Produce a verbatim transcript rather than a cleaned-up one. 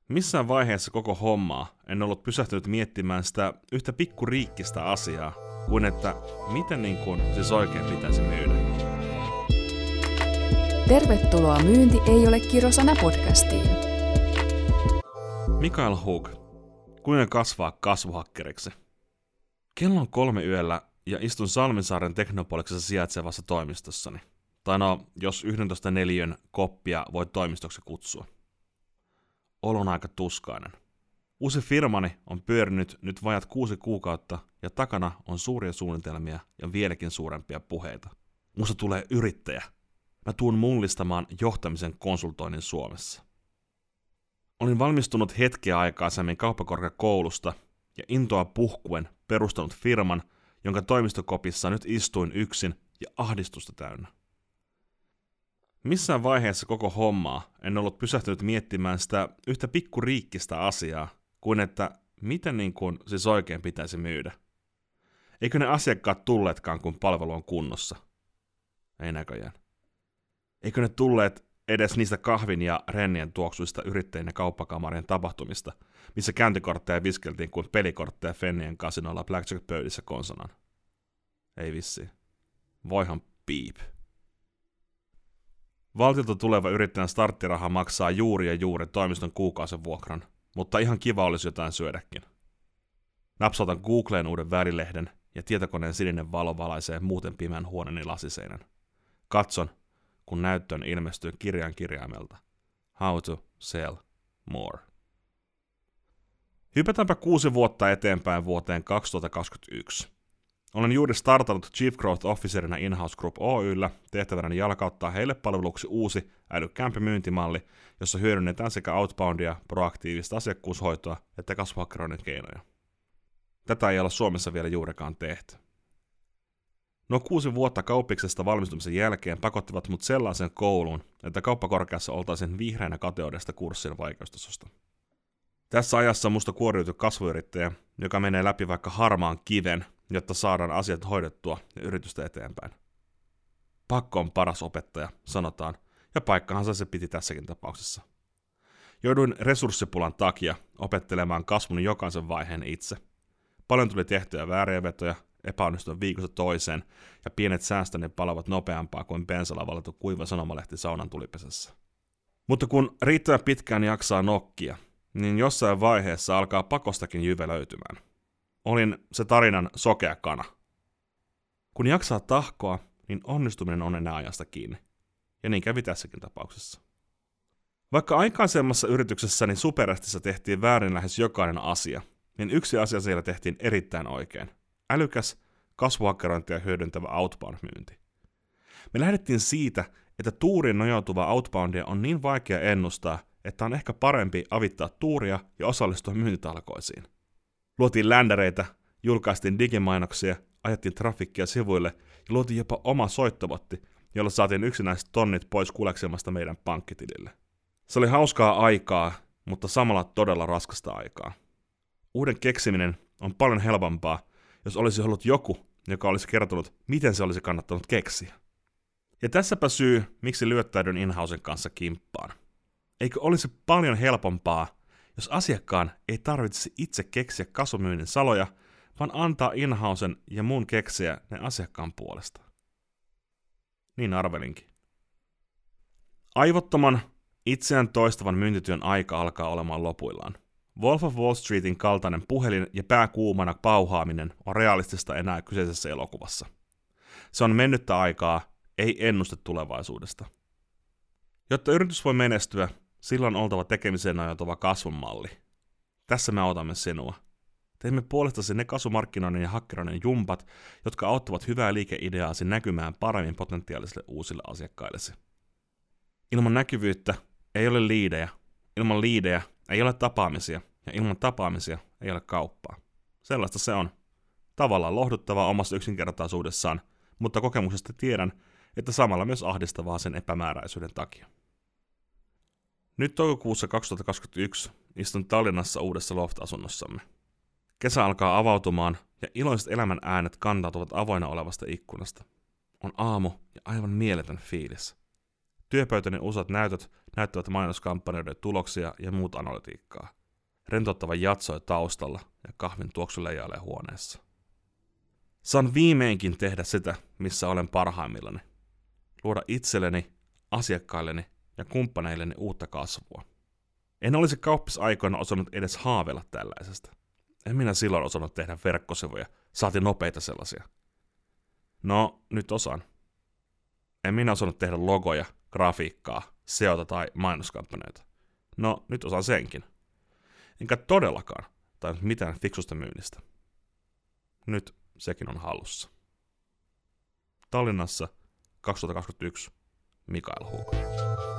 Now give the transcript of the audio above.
Missään vaiheessa koko hommaa en ollut pysähtynyt miettimään sitä yhtä pikkuriikkistä asiaa, kuin että miten niin kuin siis oikein pitäisi myydä. Tervetuloa Myynti ei ole kirosana podcastiin. Mikael Hug, kuinka kasvaa kasvuhakkeriksi? Kello on kolme yöllä ja istun Salmisaaren Teknopoliksessa sijaitsevassa toimistossani. Tai no, jos yhdentoista neliön koppia voi toimistoksi kutsua. Olo on aika tuskainen. Uusi firmani on pyörinyt nyt vajat kuusi kuukautta ja takana on suuria suunnitelmia ja vieläkin suurempia puheita. Musta tulee yrittäjä. Mä tuun mullistamaan johtamisen konsultoinnin Suomessa. Olin valmistunut hetkeä aikaisemmin kauppakorkeakoulusta ja intoa puhkuen perustanut firman, jonka toimistokopissa nyt istuin yksin ja ahdistusta täynnä. Missään vaiheessa koko hommaa en ollut pysähtynyt miettimään sitä yhtä pikkuriikkistä asiaa, kuin että miten niin kuin siis oikein pitäisi myydä. Eikö ne asiakkaat tulleetkaan, kun palvelu on kunnossa? Ei näköjään. Eikö ne tulleet edes niistä kahvin ja rennien tuoksuista yrittäjien ja kauppakamarien tapahtumista, missä käyntikortteja viskeltiin kuin pelikortteja Fennien kasinoilla blackjack-pöydissä konsanaan? Ei vissiin. Voihan piip. Valtiolta tuleva yrittäjän starttiraha maksaa juuri ja juuri toimiston kuukausien vuokran, mutta ihan kiva olisi jotain syödäkin. Napsautan Googleen uuden värilehden ja tietokoneen sininen valo valaisee muuten pimeän huoneeni lasiseinän. Katson, kun näyttöön ilmestyy kirjan kirjaimelta. How to sell more. Hypätäänpä kuusi vuotta eteenpäin vuoteen kaksituhattakaksikymmentäyksi. Olen juuri startannut Chief Growth Officerina In-House Group Oy:llä tehtävänä jalkauttaa heille palveluksi uusi älykkäämpi myyntimalli, jossa hyödynnetään sekä outboundia, proaktiivista asiakkuushoitoa että kasvuhakkeroinnin keinoja. Tätä ei ole Suomessa vielä juurikaan tehty. No kuusi vuotta kauppiksesta valmistumisen jälkeen pakottivat mut sellaisen kouluun, että kauppakorkeassa oltaisiin vihreänä kateudesta kurssin vaikeustasosta. Tässä ajassa musta kuoriutui kasvuyrittäjä, joka menee läpi vaikka harmaan kiven, jotta saadaan asiat hoidettua ja yritystä eteenpäin. Pakko on paras opettaja, sanotaan, ja paikkahansa se piti tässäkin tapauksessa. Jouduin resurssipulan takia opettelemaan kasvun jokaisen vaiheen itse. Paljon tuli tehtyä vääriä vetoja, epäonnistuin viikosta toiseen, ja pienet säästöni palavat nopeampaa kuin bensalla valittu kuiva sanomalehti saunan tulipesässä. Mutta kun riittävän pitkään jaksaa nokkia, niin jossain vaiheessa alkaa pakostakin jyve löytymään. Olin se tarinan sokea kana. Kun jaksaa tahkoa, niin onnistuminen on enää ajasta kiinni. Ja niin kävi tässäkin tapauksessa. Vaikka aikaisemmassa yrityksessäni Superestissa tehtiin väärin lähes jokainen asia, niin yksi asia siellä tehtiin erittäin oikein. Älykäs, kasvuhakkerointia hyödyntävä outbound-myynti. Me lähdettiin siitä, että tuuriin nojautuva outboundia on niin vaikea ennustaa, että on ehkä parempi avittaa tuuria ja osallistua myyntitalkoisiin. Luotiin ländäreitä, julkaistiin digimainoksia, ajettiin trafikkia sivuille ja luotiin jopa oma soittobotti, jolla saatiin yksinäiset tonnit pois kuleksemasta meidän pankkitilille. Se oli hauskaa aikaa, mutta samalla todella raskasta aikaa. Uuden keksiminen on paljon helpompaa, jos olisi ollut joku, joka olisi kertonut, miten se olisi kannattanut keksiä. Ja tässäpä syy, miksi lyöttäydyn In-Housen kanssa kimppaan. Eikö olisi paljon helpompaa, jos asiakkaan ei tarvitsisi itse keksiä kasvumyynnin saloja, vaan antaa In-Housen ja mun keksiä ne asiakkaan puolesta? Niin arvelinkin. Aivottoman, itseään toistavan myyntityön aika alkaa olemaan lopuillaan. Wolf of Wall Streetin kaltainen puhelin ja pääkuumana pauhaaminen on realistista enää kyseisessä elokuvassa. Se on mennyttä aikaa, ei ennuste tulevaisuudesta. Jotta yritys voi menestyä, silloin on oltava tekemiseen nojautuva kasvun malli. Tässä me autamme sinua. Teemme puolestasi ne kasvumarkkinoinnin ja hakkeroinnin jumpat, jotka auttavat hyvää liikeideaasi näkymään paremmin potentiaalisille uusille asiakkaillesi. Ilman näkyvyyttä ei ole liidejä, ilman liidejä ei ole tapaamisia, ja ilman tapaamisia ei ole kauppaa. Sellaista se on. Tavallaan lohduttavaa omassa yksinkertaisuudessaan, mutta kokemuksesta tiedän, että samalla myös ahdistavaa sen epämääräisyyden takia. Nyt toukokuussa kaksituhattakaksikymmentäyksi istun Tallinnassa uudessa loft-asunnossamme. Kesä alkaa avautumaan ja iloiset elämän äänet kantautuvat avoinna olevasta ikkunasta. On aamu ja aivan mieletön fiilis. Työpöytäni useat näytöt näyttävät mainoskampanjoiden tuloksia ja muut analytiikkaa. Rentouttava jatsoi taustalla ja kahvin tuoksu leijailee huoneessa. Saan viimeinkin tehdä sitä, missä olen parhaimmillani. Luoda itselleni, asiakkailleni ja kumppaneilleni uutta kasvua. En olisi kauppisaikoina osannut edes haaveilla tällaisesta. En minä silloin osannut tehdä verkkosivuja, saati nopeita sellaisia. No, nyt osaan. En minä osannut tehdä logoja, grafiikkaa, S E O:ta tai mainoskampanjoita. No, nyt osaan senkin. Enkä todellakaan tainnut mitään fiksusta myynnistä. Nyt sekin on hallussa. Tallinnassa kaksituhattakaksikymmentäyksi Mikael Hugo.